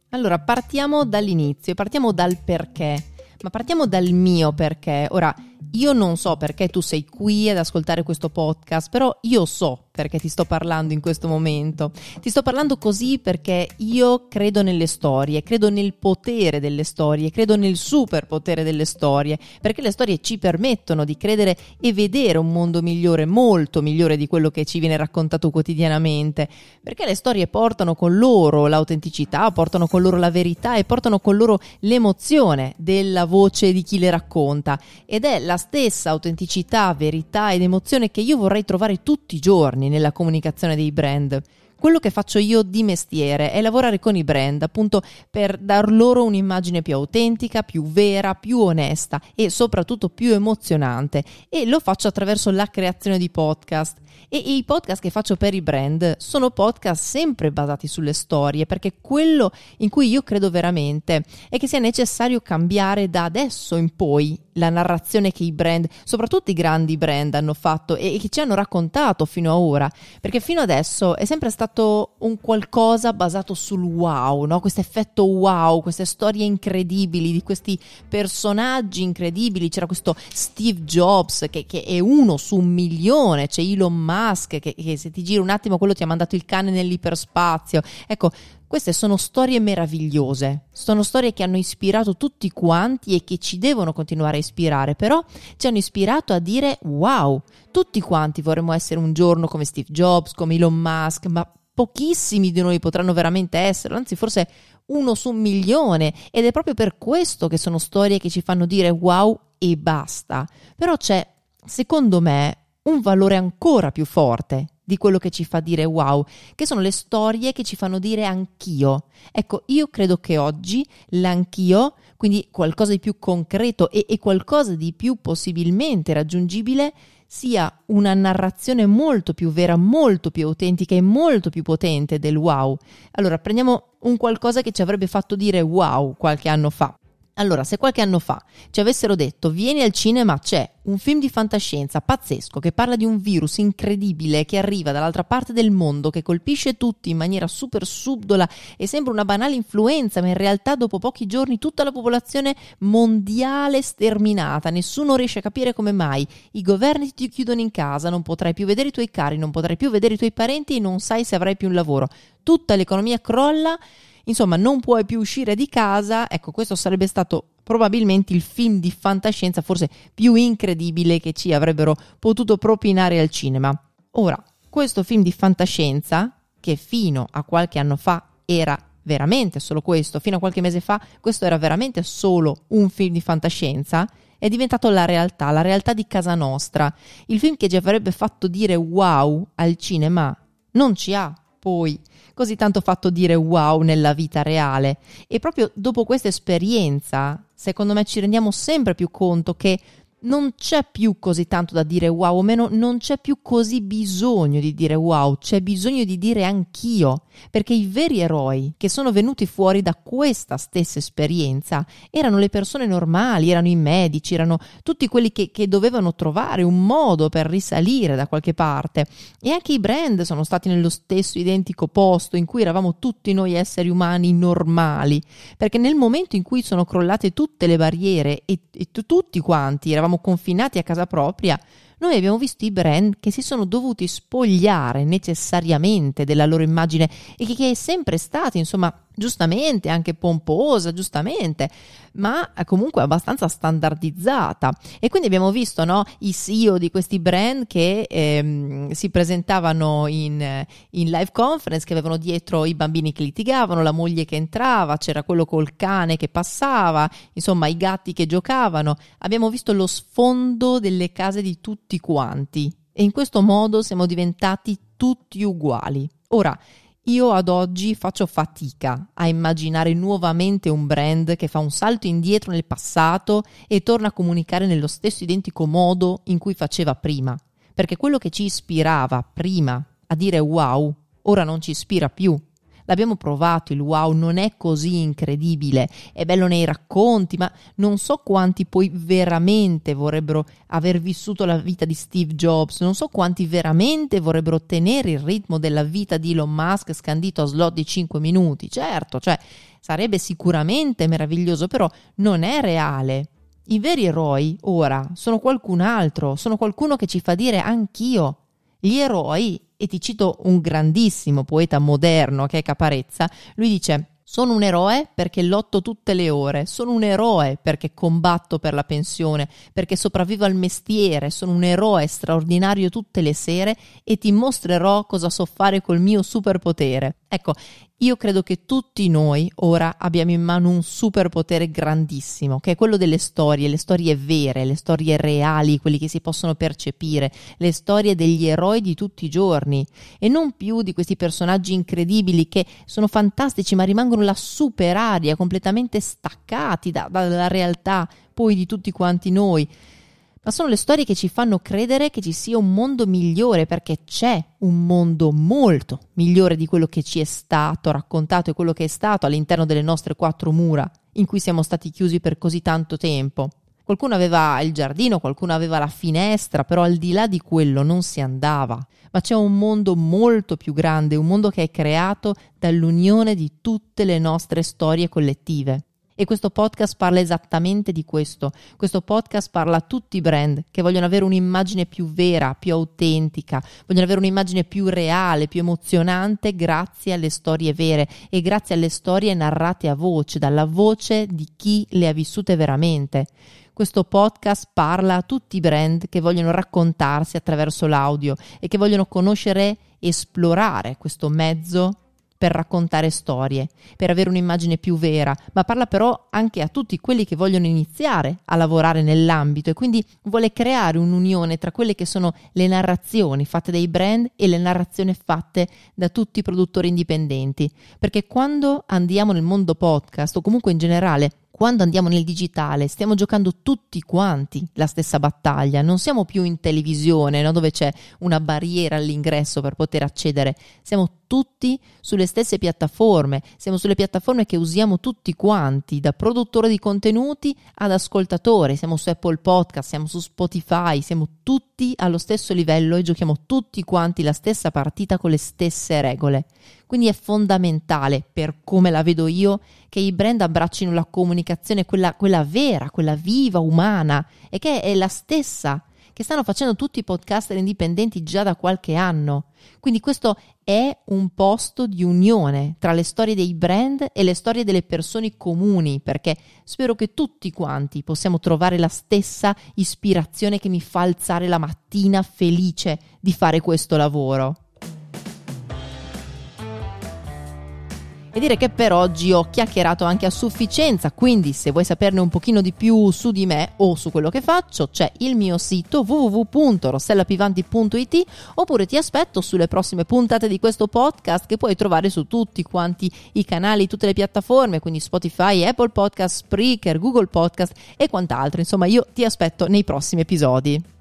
Allora, partiamo dall'inizio, partiamo dal perché, ma partiamo dal mio perché. Ora, io non so perché tu sei qui ad ascoltare questo podcast, però io so perché ti sto parlando in questo momento. Ti sto parlando così perché io credo nelle storie, credo nel potere delle storie, credo nel superpotere delle storie, perché le storie ci permettono di credere e vedere un mondo migliore, molto migliore di quello che ci viene raccontato quotidianamente, perché le storie portano con loro l'autenticità, portano con loro la verità e portano con loro l'emozione della voce di chi le racconta, ed è la stessa autenticità, verità ed emozione che io vorrei trovare tutti i giorni nella comunicazione dei brand. Quello che faccio io di mestiere è lavorare con i brand, appunto per dar loro un'immagine più autentica, più vera, più onesta e soprattutto più emozionante, e lo faccio attraverso la creazione di podcast. E i podcast che faccio per i brand sono podcast sempre basati sulle storie, perché quello in cui io credo veramente è che sia necessario cambiare da adesso in poi la narrazione che i brand, soprattutto i grandi brand, hanno fatto e che ci hanno raccontato fino a ora, perché fino adesso è sempre stato un qualcosa basato sul wow, no? Questo effetto wow, queste storie incredibili di questi personaggi incredibili. C'era questo Steve Jobs che è uno su 1.000.000, c'è Elon Musk che se ti giri un attimo quello ti ha mandato il cane nell'iperspazio. Ecco, queste sono storie meravigliose, sono storie che hanno ispirato tutti quanti e che ci devono continuare a ispirare, però ci hanno ispirato a dire wow, tutti quanti vorremmo essere un giorno come Steve Jobs, come Elon Musk, ma pochissimi di noi potranno veramente essere, anzi forse uno su 1.000.000, ed è proprio per questo che sono storie che ci fanno dire wow e basta. Però c'è, secondo me, un valore ancora più forte di quello che ci fa dire wow, che sono le storie che ci fanno dire anch'io. Ecco, io credo che oggi l'anch'io, quindi qualcosa di più concreto e qualcosa di più possibilmente raggiungibile, sia una narrazione molto più vera, molto più autentica e molto più potente del wow. Allora, prendiamo un qualcosa che ci avrebbe fatto dire wow qualche anno fa. Allora, se qualche anno fa ci avessero detto vieni al cinema, c'è un film di fantascienza pazzesco che parla di un virus incredibile che arriva dall'altra parte del mondo, che colpisce tutti in maniera super subdola e sembra una banale influenza, ma in realtà dopo pochi giorni tutta la popolazione mondiale è sterminata, nessuno riesce a capire come mai, i governi ti chiudono in casa, non potrai più vedere i tuoi cari, non potrai più vedere i tuoi parenti e non sai se avrai più un lavoro, tutta l'economia crolla. Insomma, non puoi più uscire di casa. Ecco, questo sarebbe stato probabilmente il film di fantascienza forse più incredibile che ci avrebbero potuto propinare al cinema. Ora, questo film di fantascienza, che fino a qualche anno fa era veramente solo questo, fino a qualche mese fa questo era veramente solo un film di fantascienza, è diventato la realtà di casa nostra. Il film che ci avrebbe fatto dire wow al cinema non ci ha poi così tanto fatto dire wow nella vita reale, e proprio dopo questa esperienza secondo me ci rendiamo sempre più conto che non c'è più così tanto da dire wow, o meno non c'è più così bisogno di dire wow, c'è bisogno di dire anch'io, perché i veri eroi che sono venuti fuori da questa stessa esperienza erano le persone normali, erano i medici, erano tutti quelli che dovevano trovare un modo per risalire da qualche parte, e anche i brand sono stati nello stesso identico posto in cui eravamo tutti noi esseri umani normali, perché nel momento in cui sono crollate tutte le barriere e tutti quanti eravamo confinati a casa propria, noi abbiamo visto i brand che si sono dovuti spogliare necessariamente della loro immagine e che è sempre stata, insomma, giustamente anche pomposa, giustamente, ma comunque abbastanza standardizzata. E quindi abbiamo visto, no, i CEO di questi brand che si presentavano in live conference, che avevano dietro i bambini che litigavano, la moglie che entrava, c'era quello col cane che passava, insomma i gatti che giocavano. Abbiamo visto lo sfondo delle case di tutti quanti e in questo modo siamo diventati tutti uguali. Ora, io ad oggi faccio fatica a immaginare nuovamente un brand che fa un salto indietro nel passato e torna a comunicare nello stesso identico modo in cui faceva prima, perché quello che ci ispirava prima a dire wow, ora non ci ispira più. L'abbiamo provato, il wow non è così incredibile, è bello nei racconti, ma non so quanti poi veramente vorrebbero aver vissuto la vita di Steve Jobs, non so quanti veramente vorrebbero ottenere il ritmo della vita di Elon Musk scandito a slot di 5 minuti. Certo, cioè sarebbe sicuramente meraviglioso, però non è reale. I veri eroi ora sono qualcun altro, sono qualcuno che ci fa dire anch'io. Gli eroi, e ti cito un grandissimo poeta moderno che è Caparezza, lui dice: sono un eroe perché lotto tutte le ore, sono un eroe perché combatto per la pensione, perché sopravvivo al mestiere, sono un eroe straordinario tutte le sere e ti mostrerò cosa so fare col mio superpotere. Ecco, io credo che tutti noi ora abbiamo in mano un superpotere grandissimo, che è quello delle storie, le storie vere, le storie reali, quelli che si possono percepire, le storie degli eroi di tutti i giorni e non più di questi personaggi incredibili che sono fantastici ma rimangono lassù per aria, completamente staccati dalla realtà poi di tutti quanti noi. Ma sono le storie che ci fanno credere che ci sia un mondo migliore, perché c'è un mondo molto migliore di quello che ci è stato raccontato e quello che è stato all'interno delle nostre 4 mura in cui siamo stati chiusi per così tanto tempo. Qualcuno aveva il giardino, qualcuno aveva la finestra, però al di là di quello non si andava. Ma c'è un mondo molto più grande, un mondo che è creato dall'unione di tutte le nostre storie collettive. E questo podcast parla esattamente di questo. Questo podcast parla a tutti i brand che vogliono avere un'immagine più vera, più autentica, vogliono avere un'immagine più reale, più emozionante grazie alle storie vere e grazie alle storie narrate a voce, dalla voce di chi le ha vissute veramente. Questo podcast parla a tutti i brand che vogliono raccontarsi attraverso l'audio e che vogliono conoscere, esplorare questo mezzo per raccontare storie, per avere un'immagine più vera, ma parla però anche a tutti quelli che vogliono iniziare a lavorare nell'ambito e quindi vuole creare un'unione tra quelle che sono le narrazioni fatte dai brand e le narrazioni fatte da tutti i produttori indipendenti, perché quando andiamo nel mondo podcast o comunque in generale quando andiamo nel digitale stiamo giocando tutti quanti la stessa battaglia, non siamo più in televisione, no? Dove c'è una barriera all'ingresso per poter accedere, siamo tutti sulle stesse piattaforme, siamo sulle piattaforme che usiamo tutti quanti, da produttore di contenuti ad ascoltatore, siamo su Apple Podcast, siamo su Spotify, siamo tutti allo stesso livello e giochiamo tutti quanti la stessa partita con le stesse regole. Quindi è fondamentale, per come la vedo io, che i brand abbraccino la comunicazione, quella vera, quella viva, umana, e che è la stessa che stanno facendo tutti i podcaster indipendenti già da qualche anno. Quindi questo è un posto di unione tra le storie dei brand e le storie delle persone comuni, perché spero che tutti quanti possiamo trovare la stessa ispirazione che mi fa alzare la mattina felice di fare questo lavoro. E dire che per oggi ho chiacchierato anche a sufficienza, quindi se vuoi saperne un pochino di più su di me o su quello che faccio c'è il mio sito www.rossellapivanti.it oppure ti aspetto sulle prossime puntate di questo podcast che puoi trovare su tutti quanti i canali, tutte le piattaforme, quindi Spotify, Apple Podcast, Spreaker, Google Podcast e quant'altro. Insomma, io ti aspetto nei prossimi episodi.